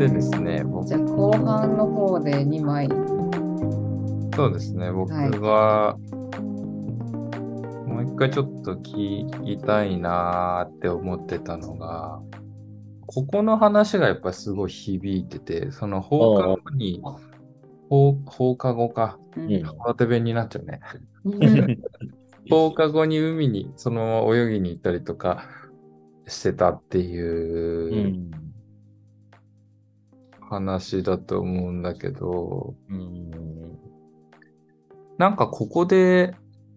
でですね、 じゃあ後半の方で2枚。 そうですね、僕はい。 がもう一回ちょっと聞きたいなーって思ってたのが、ここの話がやっぱりすごい響いてて、その放課ああ、 後に、放課後か、 うん。 うん。 函館弁になっちゃうね。 うん放課後に海にそのまま泳ぎに行ったりとかしてたっていううん。 話だと思うんだけど、 うん。 なんかここで、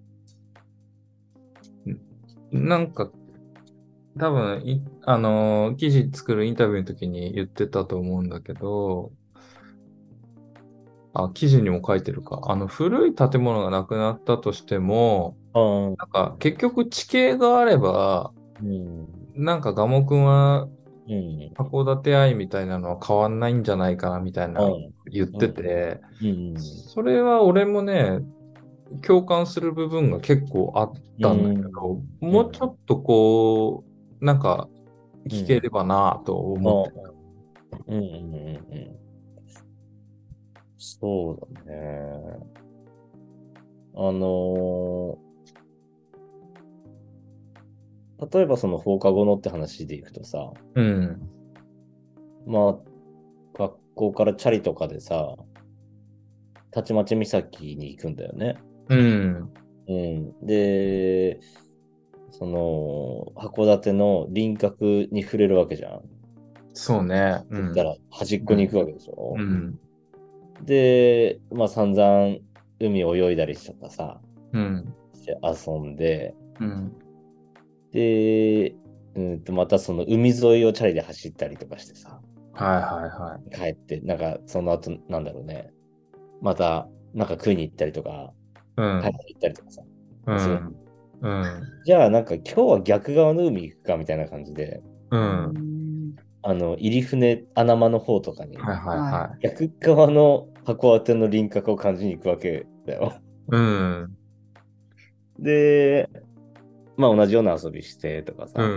なんか多分記事作るインタビューの時に言ってたと思うんだけど、記事にも書いてるか。古い建物がなくなったとしても、 ああ、 なんか結局地形があれば、 うん。 なんか賀茂君はうん。 函館愛みたいなのは変わんないんじゃないかなみたいなああ、 言ってうん。 て、 うん。 それは俺もね、共感する部分が結構あっうたんだけん。 ど、もうちょうん。 っとこう、なんか聞けうん。 ればなとああ、 思って。 うん。うん。うん。そうだね。あの例えばその放課後のって話でいくとさ、 うん。 まあ、学校からチャリとかでさ、たちまち岬に行くんだよね。 うん。 うん。で、その、函館の輪郭に触れるわけじゃん。 そうね。うん。 言ったら端っうん。 こに行くわけでしょ。 うん。 で、まあ散々海泳いだりとかさ、 うん。 して遊んで、 うん。 で、またその海沿いをチャリで走ったりとかしてさ、 はいはいはい。 帰って、なんかその後、なんだろうね、またなんか食いに行ったりとか、帰ってうん。 行ったりとかさ、する。 うん。うん。 じゃあなんか今日は逆側の海行くかみたいな感じで、 ううん。 ん入船穴間の方とかに、 はいはいはい。 はい。 逆側の函館の輪郭を感じに行くわけだよ。 うん。 で、まあ同じような遊びしてとかさ。 うん。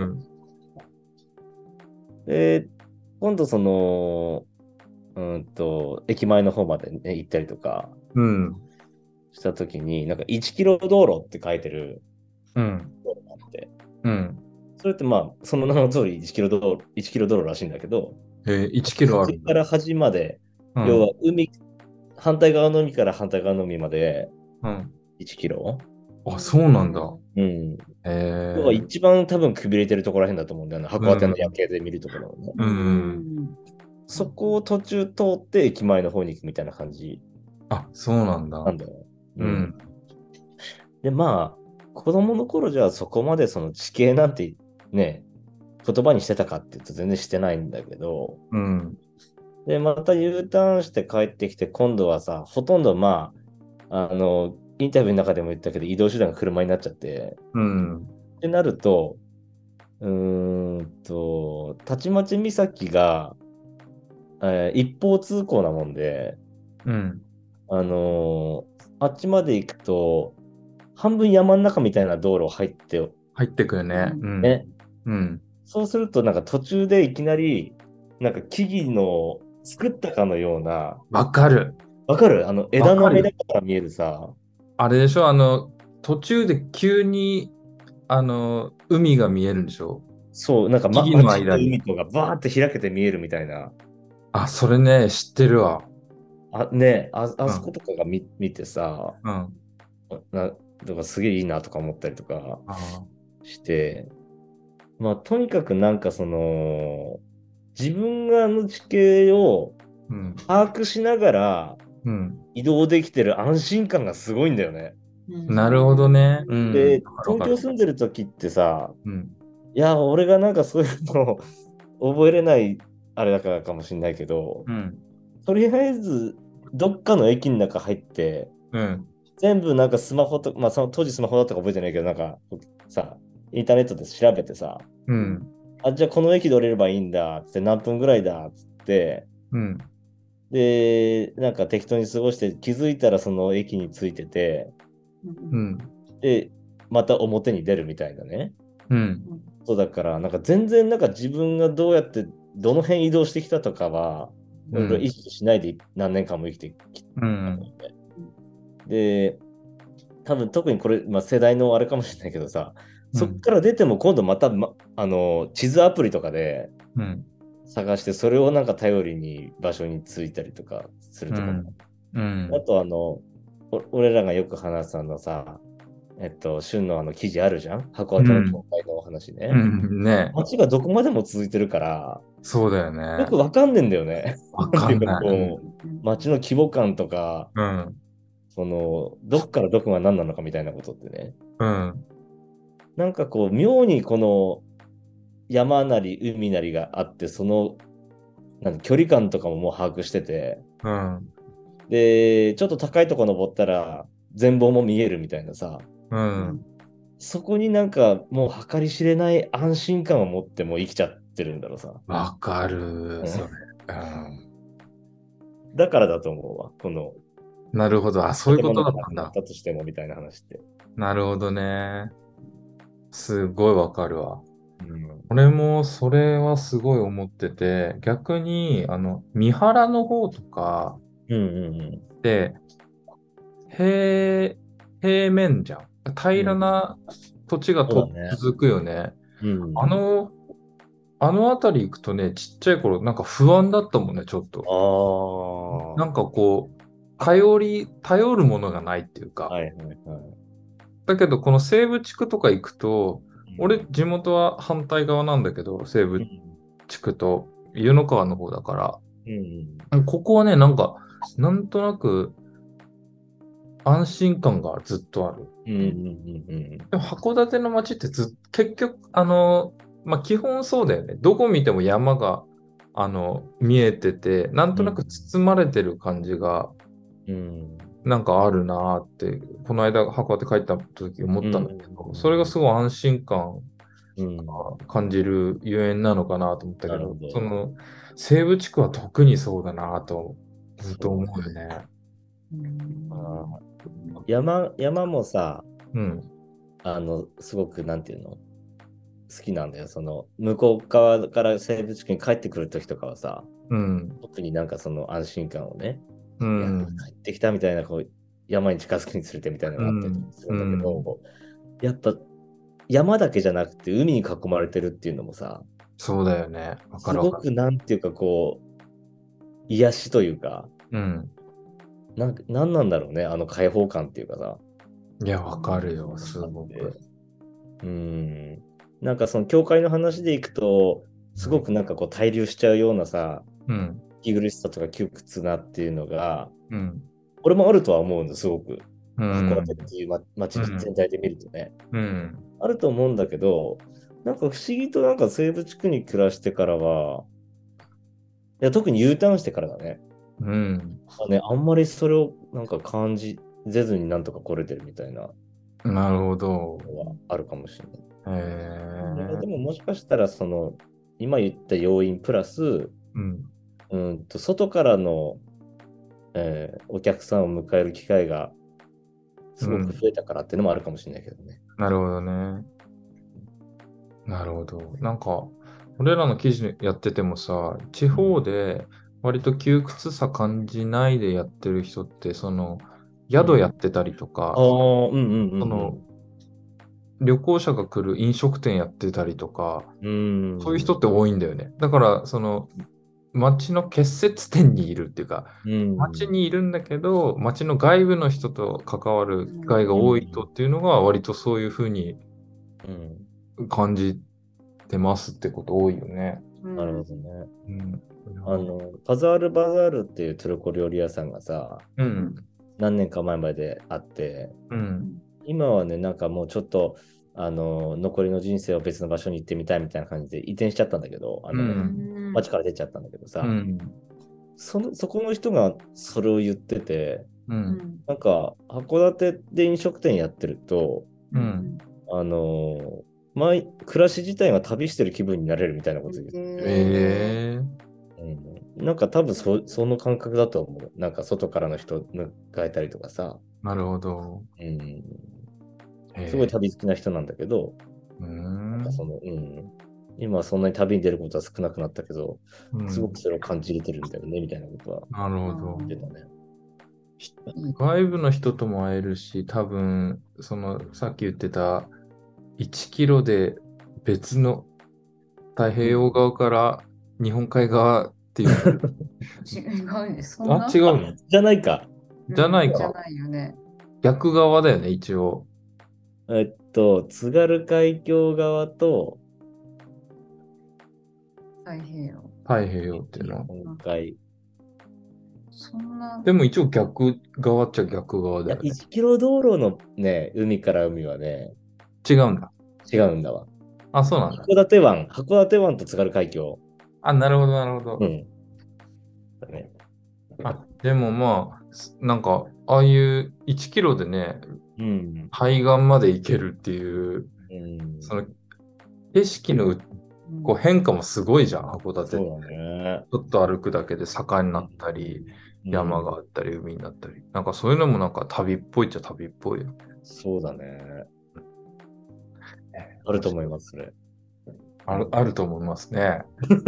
で、今度その、駅前の方まで、ね、行ったりとかうん。 したときに、なんか1キロ道路って書いてるうん。 道路があって、 うん。 それってまあ、その名の通り1キロ道路、1キロ道路らしいんだけど、 1キロあるんだ。 端から端まで、要はうん。 海、反対側の海から反対側の海までうん。 1キロ。 あ、そうなんだ。 うん。要はえー。 一番多分くびれてるところらへんだと思うんだよね。函館のうん。 夜景で見るところね。 ううん。 んそこを途中通って駅前の方に行くみたいな感じあ、そうなんだ。 なんだよ。うん。 うん。 で、まあ、子供の頃じゃそこまでその地形なんてね、言葉にしてたかって言うと全然してないんだけど、 うん。 で、また U ターンして帰ってきて、今度はさ、ほとんどまあ、インタビューの中でも言ったけど、移動手段が車になっちゃって、 うん。 ってなると、たちまち岬が、一方通行なもんで、 うん。 あっちまで行くと、半分山の中みたいな道路入って、 入ってくよね。うん。 ね。 うん。 そうすると、なんか途中でいきなり、なんか木々の作ったかのような、 わかる。 わかる枝のわかるよ。 間から見えるさ、 あれでしょ途中で急に、海が見えるんでしょ？ そう、なんか、 木々の街と間に。 海とがバーって開けて見えるみたいな。 あ、それね、知ってるわ。 あうん。 そことかが見てさ、 うん。 とかすげえいいなとか思ったりとかあして、まあ、とにかくなんかその、自分が地形をー、うん。 把握しながらうん。 移動できてる安心感がすごいんだよね。 なるほどね。うん。 で、 わかるわかる。 東京住んでる時ってさ、 うん。 いや、俺がなんかそういうのを覚えれないあれだからかもしれないけど、 うん。 とりあえずどっかの駅の中入って、 うん。 全部なんかスマホと、まあその当時スマホだったか覚えてないけど、なんかさ、インターネットで調べてさ、 うん。 じゃあこの駅で降りればいいんだっつって何分ぐらいだっつって、 うん。 で、なんか適当に過ごして気づいたらその駅に着いてて、 うん。 で、また表に出るみたいなね。 うん。 そうだから、なんか全然なんか自分がどうやってどの辺移動してきたとかは、俺は意識しないで何年間も生きてきたんだよね。で、多分特にこれ、世代のあれかもしれないけどさ、そっから出ても今度また、地図アプリとかで探して、それをなんか頼りに場所に着いたりとかするとかも。あと俺らがよく話すさ、旬の記事あるじゃん、函館の教会のお話ね。 ね。 街がどこまでも続いてるから、 そうだよね。 よくわかんねえんだよね。 わかんない。 街の規模感とか、どっからどこが何なのかみたいなことってね。なんかこう、妙にこの山なり海なりがあって、その距離感とかももう把握してて、で、ちょっと高いとこ登ったら全貌も見えるみたいなさ、そこになんかもう計り知れない安心感を持ってもう生きちゃってるんだろうさ。 わかる、それ。 だからだと思うわ、この。 なるほど。そういうことだったんだ。 だとしてもみたいな話って。 なるほどね。すごいわかるわ。俺もそれはすごい思ってて、逆に、三原の方とか、で、平面じゃん。平らな土地が続くよね。あの辺り行くとね、ちっちゃい頃、なんか不安だったもんね、ちょっと。なんかこう、頼るものがないっていうか。だけど、この西部地区とか行くと、俺、地元は反対側なんだけど、西部地区と湯の川の方だから、ここはね、なんか、なんとなく安心感がずっとある。でも函館の街って結局、基本そうだよね。どこ見ても山が、見えてて、なんとなく包まれてる感じが、なんかあるなーって、この間函館帰った時思ったんだけど、それがすごい安心感感じるゆえんなのかなと思ったけど、その西部地区は特にそうだなとずっと思うよね。 山もさ、すごくなんていうの好きなんだよ。向こう側から西部地区に帰ってくるときとかはさ、特になんかその安心感をね、帰ってきたみたいな、こう山に近づくにつれてみたいなのがあったりするんだけど、やっぱ山だけじゃなくて海に囲まれてるっていうのもさ、 そうだよね。 すごくなんていうかこう、癒しというか、なんなんだろうね、開放感っていうかさ。 いや、わかるよ、すごく。 なんかその教会の話でいくと、すごくなんかこう滞留しちゃうようなさ、息苦しさとか窮屈なっていうのが、俺もあるとは思うんです、すごく。函館っていう街全体で見るとね。あると思うんだけど、なんか不思議となんか西部地区に暮らしてからは、いや特に U ターンしてからだね。あんまりそれをなんか感じぜずになんとか来れてるみたいな。 なるほど。 はあるかもしれない。でももしかしたら今言った要因プラス、外からの、お客さんを迎える機会がすごく増えたからっていうのもあるかもしれないけどね。 なるほどね。なるほど。なんか、俺らの記事やっててもさ、地方で割と窮屈さ感じないでやってる人って、宿やってたりとか、旅行者が来る飲食店やってたりとか、そういう人って多いんだよね。だから、街の結節点にいるっていうか、街にいるんだけど、街の外部の人と関わる機会が多い人っていうのが、割とそういうふうに感じてますってこと多いよね。 なるほどね。パザールバザールっていうトルコ料理屋さんがさ、何年か前まであって、今はね、なんかもうちょっと、残りの人生を別の場所に行ってみたいみたいな感じで移転しちゃったんだけど、街から出ちゃったんだけどさ、そこの人がそれを言ってて、なんか函館で飲食店やってると、暮らし自体が旅してる気分になれるみたいなこと言ってて、なんか多分その感覚だと思う。なんか外からの人迎えたりとかさ。 なるほど。 すごい旅好きな人なんだけど、なんか今そんなに旅に出ることは少なくなったけど、 うんすごくそれを感じれてるんだよね、みたいなことはなるほど。 言ってたね。 外部の人とも会えるし、多分、さっき言ってた1キロで別の太平洋側から日本海側っていう。 違うんです。そんな違うのじゃないか。 じゃないかじゃないよね。 逆側だよね、一応。 津軽海峡側と太平洋。 太平洋っていうのは。 日本海。 そんな。 でも一応逆側っちゃ逆側だよね。 1キロ道路のね、海から海はね、 違うんだ。 違うんだわ。 あ、そうなんだ。 函館湾と津軽海峡。 あ、なるほど、なるほど。 うん。だね。 あ、でもまあ、なんか、ああいう1キロでね、 うん。 海岸まで行けるっていう、 うん。 その景色のこう変化もすごいじゃん、函館。 そうだね。 ちょっと歩くだけで坂になったり、山があったり、海になったり。なんかそういうのもなんか旅っぽいっちゃ旅っぽいよ。 そうだね。あると思います、それ。 あると思いますね。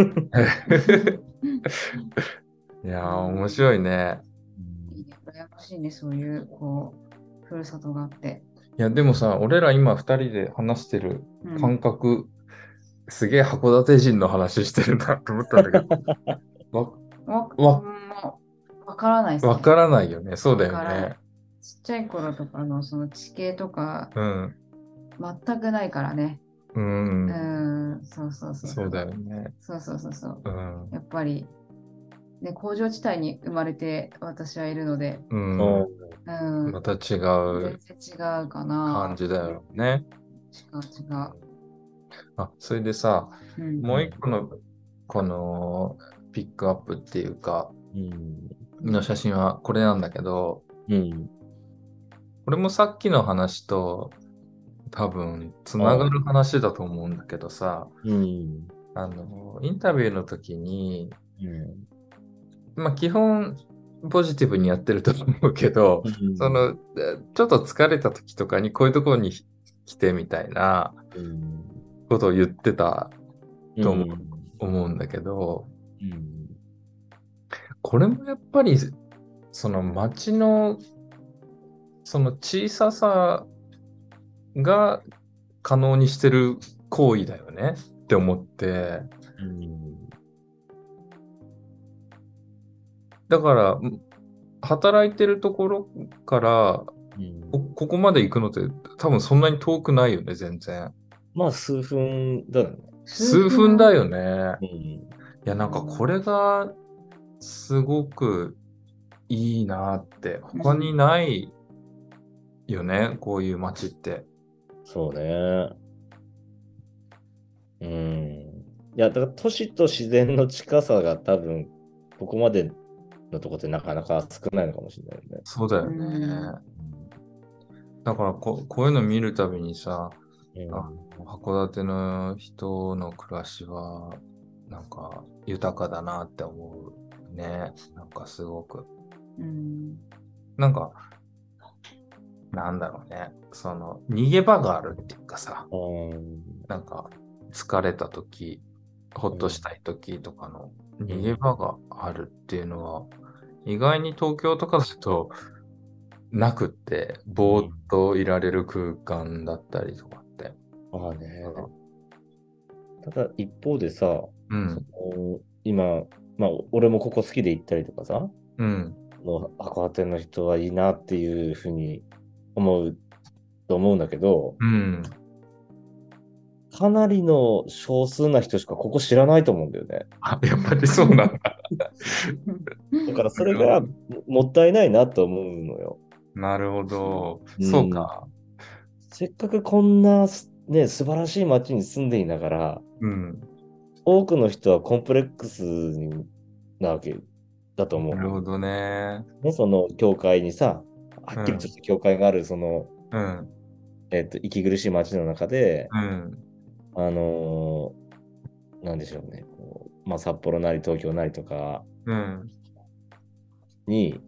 いやー、面白いね。 羨ましいね、そういう、ふるさとがあって。 いや、でもさ、俺ら今2人で話してる感覚、すげえ函館人の話してるなと思ったんだけど。 わからないですね。 わからないよね。そうだよね。 ちっちゃい頃とかのその地形とか、 うん。 全くないからね。そうそうそう。 そうだよね。 そうそうそうそう。 うん。 やっぱり、ね、工場地帯に生まれて私はいるので、 また違う全然違うかな。 感じだよね。 違う。 あ、それでさ、もう一個のこのピックアップっていうか、の写真はこれなんだけど、これもさっきの話と多分つながる話だと思うんだけどさ、インタビューの時に、まあ基本ポジティブにやってると思うけど、ちょっと疲れた時とかにこういうところに来てみたいなことを言ってたと思うんだけど、これもやっぱりその街のその小ささが可能にしてる行為だよねって思って、だから働いてるところからここまで行くのって多分そんなに遠くないよね、全然。 まあ数分だよね。 数分だよね。いや、なんかこれがすごくいいなって、他にないよね、こういう街って。 そうね。いや、だから都市と自然の近さが多分、ここまでのとこってなかなか少ないのかもしれないよね。 そうだよね。だからこういうの見るたびにさ、函館の人の暮らしはなんか豊かだなって思うね。なんかすごく。なんか、なんだろうね。その逃げ場があるっていうかさ、なんか疲れた時、ほっとしたい時とかの逃げ場があるっていうのは、意外に東京とかだとなくって、ぼーっといられる空間だったりとかって。 ただ一方でさ、今、まあ俺もここ好きで行ったりとかさ、函館の人はいいなっていうふうに思うと思うんだけど、かなりの少数な人しかここ知らないと思うんだよね。 やっぱりそうなんだ。 だからそれがもったいないなと思うのよ。 なるほど。そうか。 せっかくこんなね、素晴らしい街に住んでいながら、多くの人はコンプレックスなわけだと思う。 なるほどね。 その教会にさ、はっきりとした教会がある、その、息苦しい街の中で、なんでしょうね。まあ、札幌なり東京なりとかに、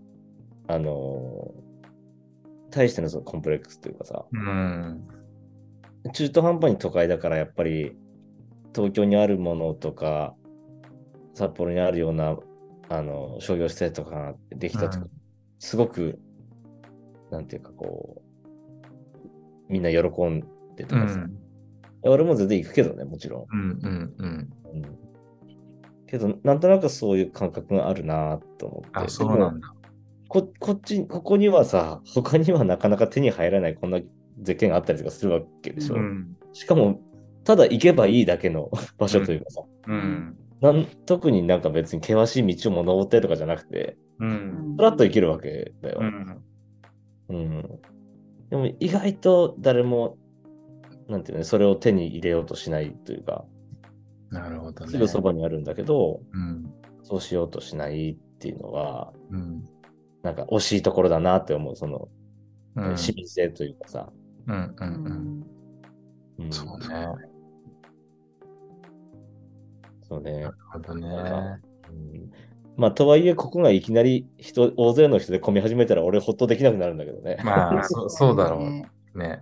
対してのそのコンプレックスというかさ、中途半端に都会だからやっぱり東京にあるものとか、札幌にあるような商業施設とかができたとき、すごく、なんていうかこう、みんな喜んでとかさ、俺も全然行くけどね、もちろん。けど、なんとなくそういう感覚があるなと思って。 あ、そうなんだ。 ここにはさ、他にはなかなか手に入らないこんな絶景があったりとかするわけでしょ。しかも、ただ行けばいいだけの場所というかさ、特になんか別に険しい道をも登ってとかじゃなくて、ふらっと行けるわけだよ。でも意外と誰も、なんていうの、それを手に入れようとしないというか、 なるほどね。 すぐそばにあるんだけど、そうしようとしないっていうのは、なんか惜しいところだなって思う、その、市民性というかさ。 そうね。 そうね。 なるほどね。 まあ、とはいえ、ここがいきなり大勢の人で混み始めたら、俺、ほっとできなくなるんだけどね。 まあ、そうだろうね。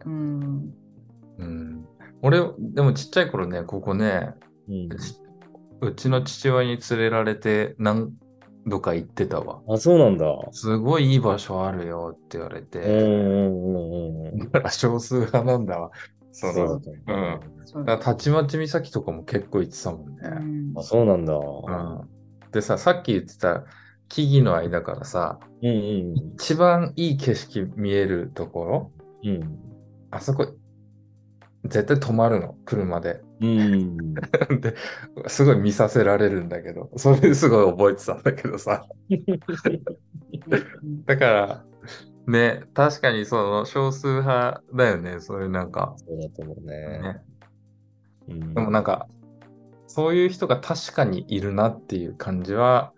俺、でもちっちゃい頃ね、ここね、うちの父親に連れられて何度か行ってたわ。 あ、そうなんだ。 すごいいい場所あるよって言われて。だから少数派なんだわ。 そうだから、たちまち岬とかも結構行ってたもんね。 あ、そうなんだ。 でさ、さっき言ってた木々の間からさ、一番いい景色見えるところ、あそこ、絶対止まるの、車で。で、すごい見させられるんだけど、それすごい覚えてたんだけどさ。だから、ね、確かにその少数派だよね、そういうなんか。 そうだと思うね。 でもなんか、そういう人が確かにいるなっていう感じは、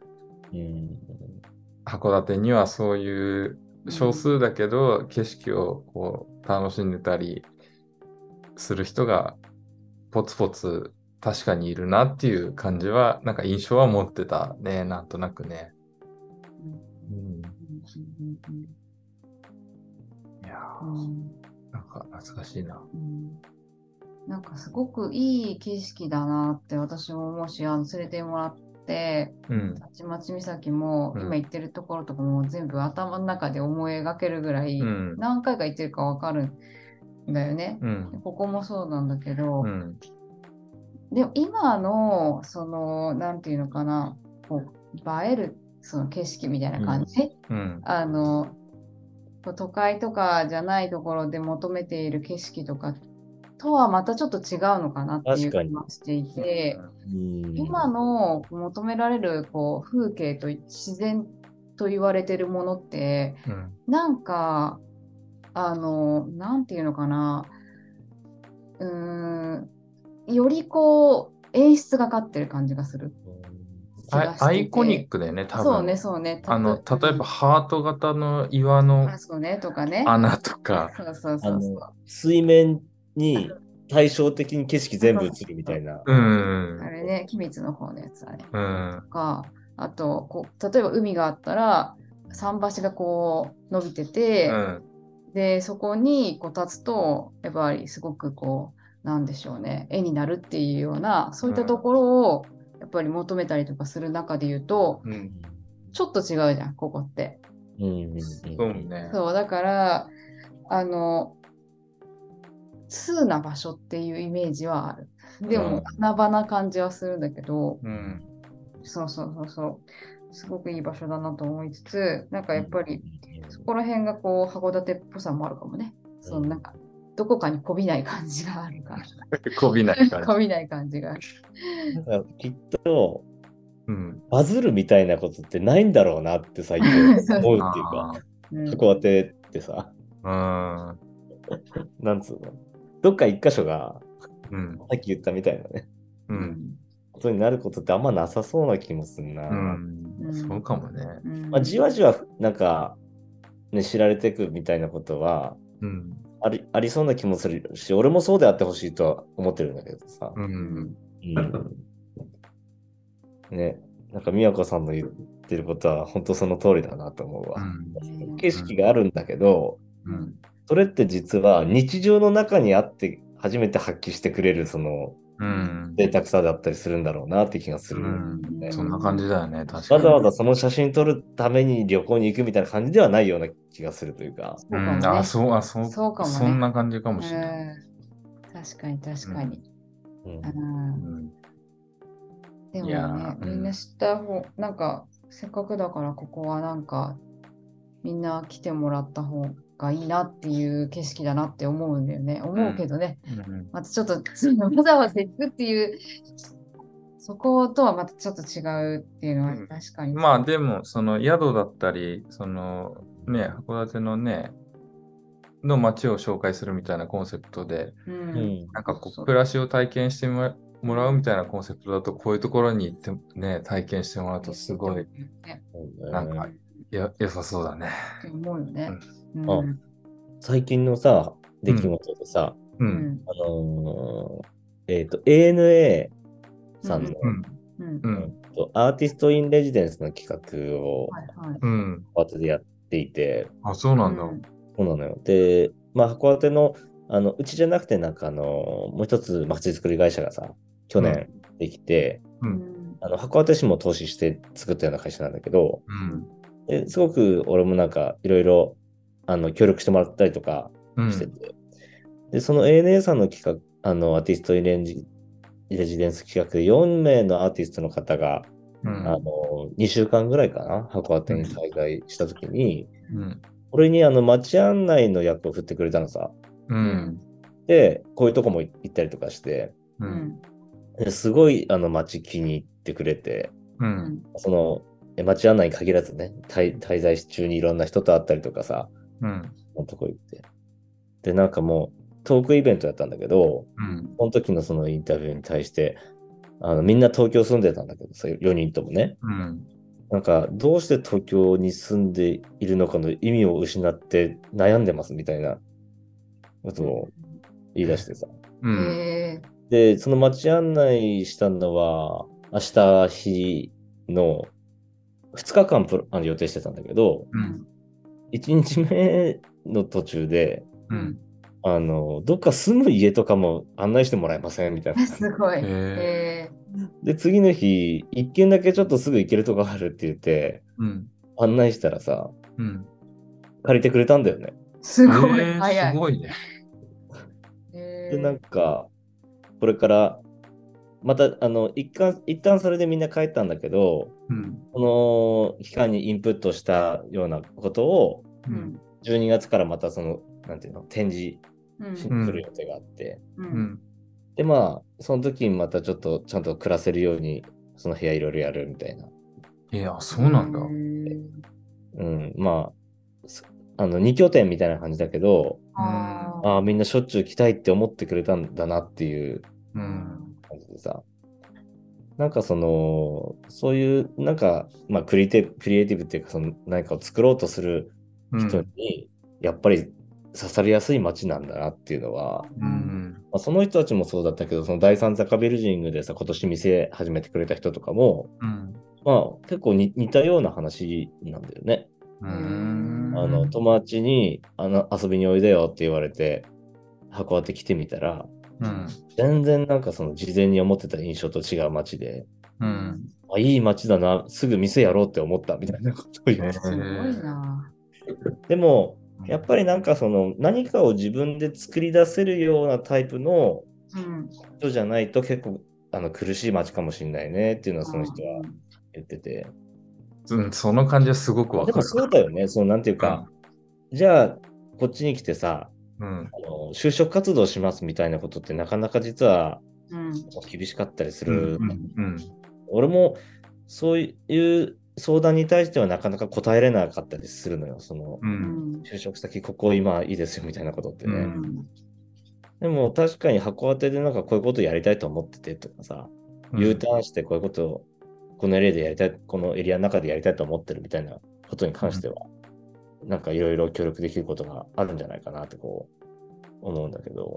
函館にはそういう少数だけど、景色をこう楽しんでたりする人がポツポツ確かにいるなっていう感じは、なんか印象は持ってたね、なんとなくね。いやなんか懐かしいな。 なんかすごくいい景色だなって私ももし連れてもらって、たちまち岬も今行ってるところとかも全部頭の中で思い描けるぐらい、何回か行ってるか分かるんだよね。ここもそうなんだけど、でも今のそのなんていうのかな、こう映えるその景色みたいな感じ、都会とかじゃないところで求めている景色とかとはまたちょっと違うのかなっていう気がしていて、今の求められるこう風景と自然と言われているものって、なんかなんていうのかな、よりこう演出がかってる感じがする。 アイコニックだよね、多分。 そうね。 例えばハート型の岩の穴とか。 水面に対照的に景色全部映るみたいな。 あれね、鬼滅の方のやつだね。とか、あとこう、例えば海があったら、桟橋がこう伸びてて、で、そこにこう立つと、やっぱりすごくこう、なんでしょうね、絵になるっていうような、そういったところを、やっぱり求めたりとかする中で言うと、ちょっと違うじゃん、ここって。そうだから通な場所っていうイメージはある。でも穴場な感じはするんだけど、そうすごくいい場所だなと思いつつ、なんかやっぱりそこら辺がこう函館っぽさもあるかもね。そのなんかどこかにこびない感じがあるから。 こびない感じ。 こびない感じがある。 なんかきっと、バズるみたいなことってないんだろうなって最近思うっていうか、函館ってさ、なんつうの、どっか一箇所が、さっき言ったみたいなね、ことになることってあんまなさそうな気もするな。 そうかもね。 まあ、じわじわなんか、ね、知られていくみたいなことは、ありそうな気もするし、俺もそうであってほしいとは思ってるんだけどさ。ね、なんか宮子さんの言ってることは本当その通りだなと思うわ。景色があるんだけど、それって実は日常の中にあって初めて発揮してくれるその贅沢さだったりするんだろうなって気がする、 そんな感じだよね、確かに。 わざわざその写真撮るために旅行に行くみたいな感じではないような気がするというか。 そうかもね。 そうかもね。そんな感じかもしれない。 確かに確かに。でもね、みんな知った方、なんかせっかくだからここはなんかみんな来てもらった方がいいなっていう景色だなって思うんだよね。思うけどね。またちょっとわざわざ行くっていう、そことはまたちょっと違うっていうのは確かに。 まあでも、その宿だったり、そのね、函館のね、の街を紹介するみたいなコンセプトで、なんかこう、暮らしを体験してもらうみたいなコンセプトだと、こういうところに行ってね、体験してもらうとすごい、なんか良さそうだね。 って思うよね。 最近のさ、出来事でさ、ANA さんの、アーティスト・イン・レジデンスの企画を函館でやっていて。 あ、そうなんだ。 そうなのよ。で、まあ、函館の、うちじゃなくて、なんかもう一つ街づくり会社がさ、去年できて、函館市も投資して作ったような会社なんだけど、すごく俺もなんかいろいろ協力してもらったりとかしてて、で、その ANA さんの企画、アーティスト・イン・レジデンス企画で4名のアーティストの方が、2週間ぐらいかな、函館に滞在したときに、俺に街案内の役を振ってくれたのさ。で、こういうとこも行ったりとかして、すごい街気に入ってくれて、その街案内に限らずね、滞在中にいろんな人と会ったりとかさ、そのとこ行って。で、なんかもうトークイベントやったんだけど、その時のそのインタビューに対して、みんな東京住んでたんだけどさ、4人ともね。なんか、どうして東京に住んでいるのかの意味を失って悩んでますみたいなことを言い出してさ。で、その街案内したのは、明日日の2日間予定してたんだけど、1日目の途中で、どっか住む家とかも案内してもらえませんみたいな。 すごい。 で、次の日、一軒だけちょっとすぐ行けるとこあるって言って、案内したらさ、借りてくれたんだよね。 すごい。早い。 すごいね。 で、なんか、これから、また、一旦それでみんな帰ったんだけど、この期間にインプットしたようなことを、12月からまたなんていうの、展示しに来る予定があって、で、まあ、その時にまたちょっとちゃんと暮らせるように、その部屋いろいろやるみたいな。 いや、そうなんだ。 まあ、2拠点みたいな感じだけど、みんなしょっちゅう来たいって思ってくれたんだなっていう感じでさ。なんかそういう、なんか、まあ、クリエイティブっていうか、何かを作ろうとする人に、やっぱり刺さりやすい街なんだなっていうのは、まあ、その人たちもそうだったけど、その第三坂ビルジングでさ、今年店始めてくれた人とかも、まあ結構似たような話なんだよね。友達に遊びにおいでよって言われて、函館来てみたら、全然なんか事前に思ってた印象と違う街で、いい街だな、すぐ店やろうって思ったみたいなことを言って。 すごいな。 でも、やっぱりなんか何かを自分で作り出せるようなタイプの人じゃないと結構苦しい街かもしれないねっていうのはその人は言ってて。 その感じはすごくわかる。 でもそうだよね。なんていうか、じゃあこっちに来てさ、就職活動しますみたいなことってなかなか実は厳しかったりする。俺もそういう相談に対してはなかなか答えれなかったりするのよ。就職先ここ今いいですよみたいなことってね。でも確かに函館でなんかこういうことやりたいと思っててとかさ、U ターンしてこういうことをこのエリアでやりたい、このエリアの中でやりたいと思ってるみたいなことに関しては、なんかいろいろ協力できることがあるんじゃないかなって思うんだけど。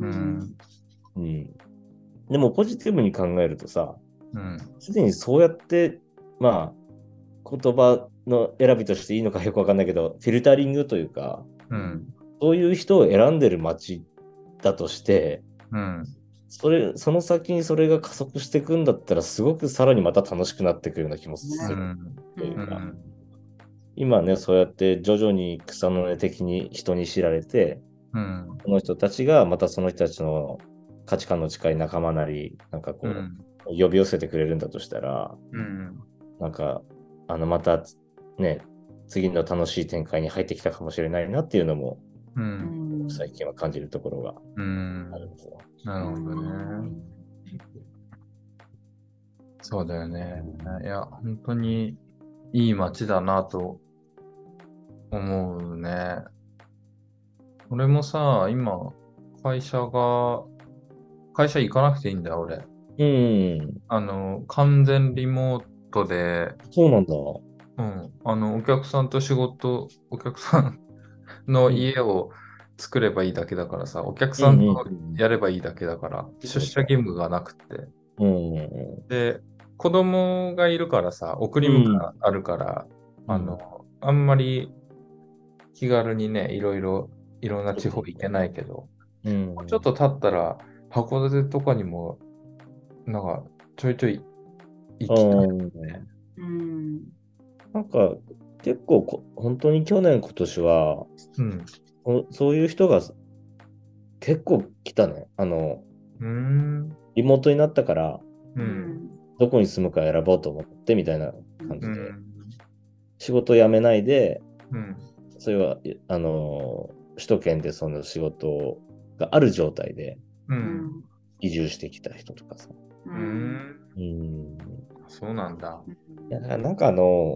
でもポジティブに考えるとさ、すでにそうやって、まあ、言葉の選びとしていいのかよくわかんないけど、フィルタリングというか、そういう人を選んでる街だとして、 その先にそれが加速していくんだったら、すごくさらにまた楽しくなってくるような気もする。というか、今ね、そうやって徐々に草の根的に人に知られて、この人たちがまたその人たちの価値観の近い仲間なり、なんかこう、呼び寄せてくれるんだとしたら、なんか、またね、次の楽しい展開に入ってきたかもしれないなっていうのも、最近は感じるところがあるんですよ。 なるほどね。そうだよね。いや、本当にいい街だなと思うね。俺もさ、今、会社行かなくていいんだよ、俺。完全リモートで、 そうなんだ。 お客さんの家を作ればいいだけだからさ、お客さんとやればいいだけだから、出社義務がなくて。で、子供がいるからさ、送り迎えがあるから、あんまり気軽にね、いろんな地方行けないけど、もうちょっと経ったら、函館とかにも、なんか、ちょいちょい行きたいね。 なんか、結構本当に去年、今年は、そういう人が結構来たね。リモートになったから、どこに住むか選ぼうと思ってみたいな感じで、仕事辞めないで、それは、首都圏でその仕事がある状態で、移住してきた人とかさ。 そうなんだ。 いや、なんか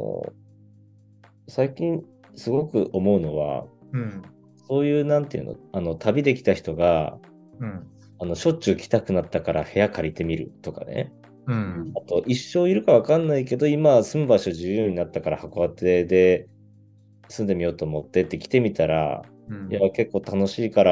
最近すごく思うのは、そういう、なんていうの、旅できた人が、しょっちゅう来たくなったから部屋借りてみるとかね。あと、一生いるかわかんないけど、今住む場所自由になったから函館で住んでみようと思って来てみたら、いや、結構楽しいから、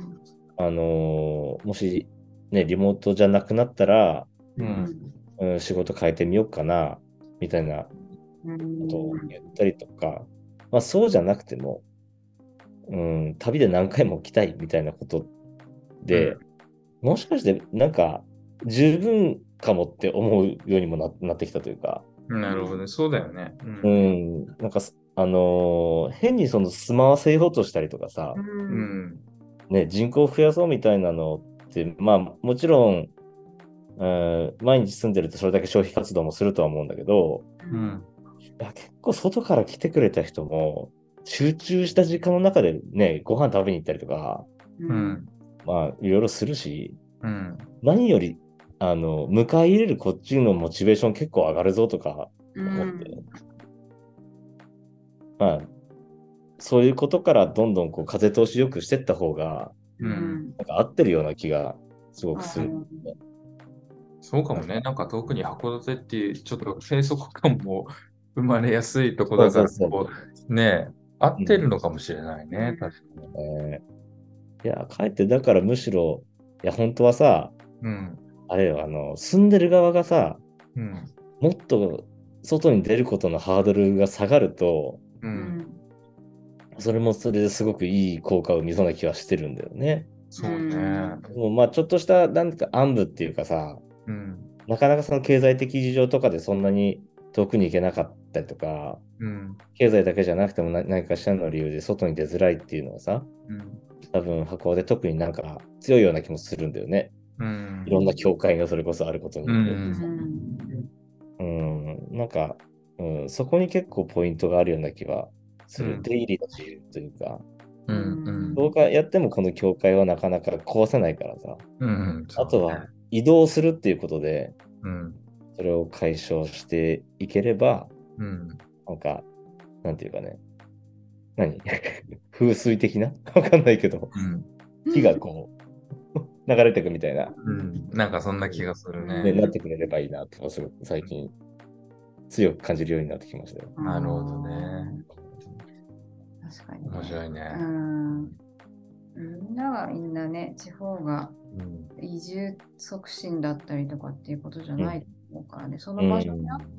もし、ね、リモートじゃなくなったら、仕事変えてみようかな、みたいなことを言ったりとか、まあそうじゃなくても、旅で何回も来たいみたいなことで、もしかしてなんか十分かもって思うようにもなってきたというか。 なるほどね、そうだよね。 なんか、変にその住まわせようとしたりとかさ、ね、人口を増やそうみたいなのって、まあもちろん、毎日住んでるとそれだけ消費活動もするとは思うんだけど、いや結構外から来てくれた人も集中した時間の中でね、ご飯食べに行ったりとか、まあいろいろするし、何より迎え入れるこっちのモチベーション結構上がるぞとか思って、まあそういうことからどんどんこう風通しよくしていった方が、なんか合ってるような気がすごくする。 そうかもね。なんか特に函館っていうちょっと閉塞感も生まれやすいとこだから、ね、合ってるのかもしれないね。確かに。 いや、かえってだからむしろ、いや、本当はさ、あれよ、住んでる側がさ、もっと外に出ることのハードルが下がると、それもそれですごくいい効果を生みそうな気はしてるんだよね。 そうね。 もうまあちょっとしたなんか暗部っていうかさ、なかなかその経済的事情とかでそんなに遠くに行けなかったりとか、経済だけじゃなくても何かしらの理由で外に出づらいっていうのはさ、多分函館特になんか強いような気もするんだよね。いろんな境界がそれこそあることによってさ。なんか、そこに結構ポイントがあるような気はする。出入りの自由というか、どうかやってもこの境界はなかなか壊せないからさ。あとは移動するっていうことで、それを解消していければ、なんか、なんていうかね、風水的なわかんないけど、火がこう、流れていくみたいな。 なんかそんな気がするね。 なってくれればいいなと、すごく最近強く感じるようになってきましたよ。 なるほどね。 確かに。 面白いね。 みんながみんなね、地方が移住促進だったりとかっていうことじゃないと思うからね、その場所にあった、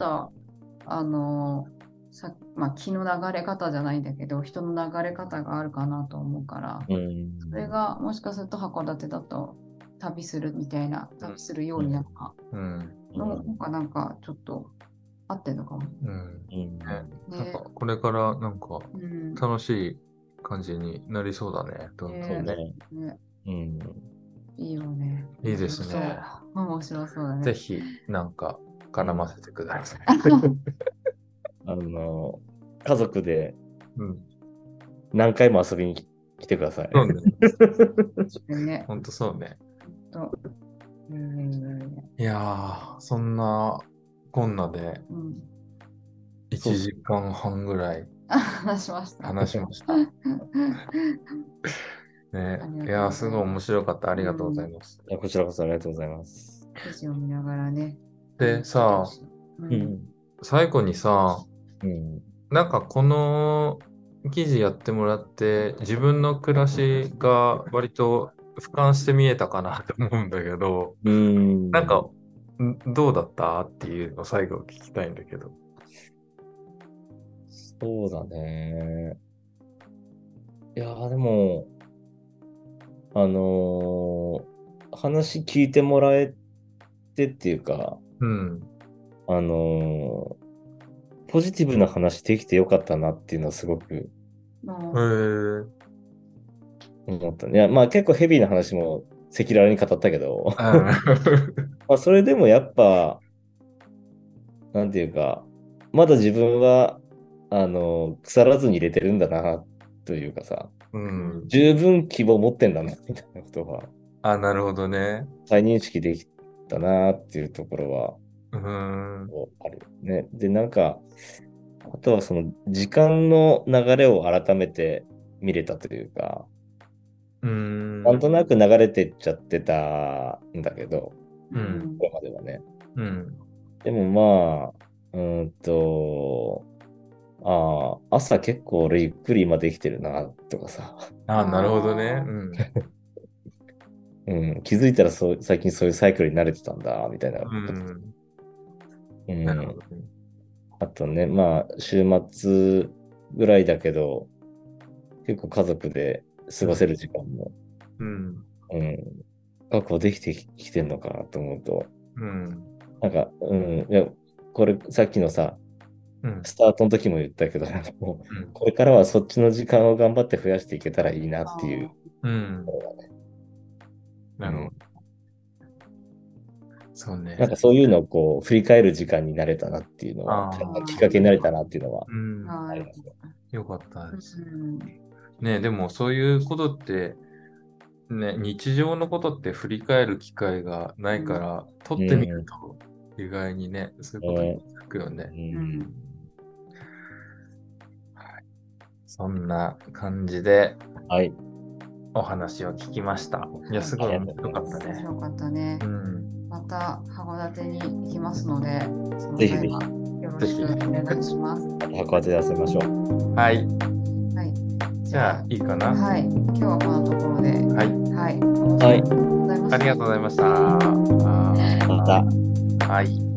気の流れ方じゃないんだけど、人の流れ方があるかなと思うから、それがもしかすると函館だと旅するみたいな、旅するようになったのがなんかちょっと合ってんのかも。 なんかこれからなんか楽しい感じになりそうだね。 そうね。 いいよね。 いいですね。 面白そうだね。 ぜひなんか絡ませてください。 家族で何回も遊びに来てください。 そうね。本当そうね。いやー、そんなこんなで1時間半ぐらい話しました。 ね、いや、すごい面白かった。ありがとうございます。 こちらこそありがとうございます。 記事を見ながらね。 でさ、最後にさ、なんかこの記事やってもらって、自分の暮らしが割と俯瞰して見えたかなと思うんだけど、なんかどうだったっていうのを最後聞きたいんだけど。 そうだね。いやでも、話聞いてもらえてっていうか、ポジティブな話できてよかったなっていうのはすごく思ったね。いや、まあ結構ヘビーな話も赤裸々に語ったけど、まあそれでもやっぱ、なんていうか、まだ自分は、腐らずに入れてるんだな、というかさ、十分希望持ってんだな、みたいなことは。 なるほどね。 再認識できたな、っていうところは、あるね。で、なんか、あとはその時間の流れを改めて見れたというか、なんとなく流れてっちゃってたんだけど、これまではね。でも朝結構俺ゆっくり今できてるな、とかさ。 なるほどね。 気づいたら最近そういうサイクルに慣れてたんだ、みたいな。あとね、まあ、週末ぐらいだけど、結構家族で過ごせる時間も、確保できてきてんのかと思うと、なんか、いや、これさっきのさ、スタートの時も言ったけど、これからはそっちの時間を頑張って増やしていけたらいいなっていう。 なるほど。そうね。 なんかそういうのをこう振り返る時間になれたなっていうのは、きっかけになれたなっていうのはありますね。 よかったです。ね、でもそういうことって、ね、日常のことって振り返る機会がないから、撮ってみると意外にね、そういうことに気づくよね。そんな感じで、お話を聞きました。いや、すごい面白かったね。 面白かったね。また函館に行きますので、 ぜひぜひよろしくお願いします。 函館で遊びましょう。 はい。じゃあ、いいかな。 はい。今日はこのところで。 はい。 ありがとうございました。 ありがとうございました。 また。 はい。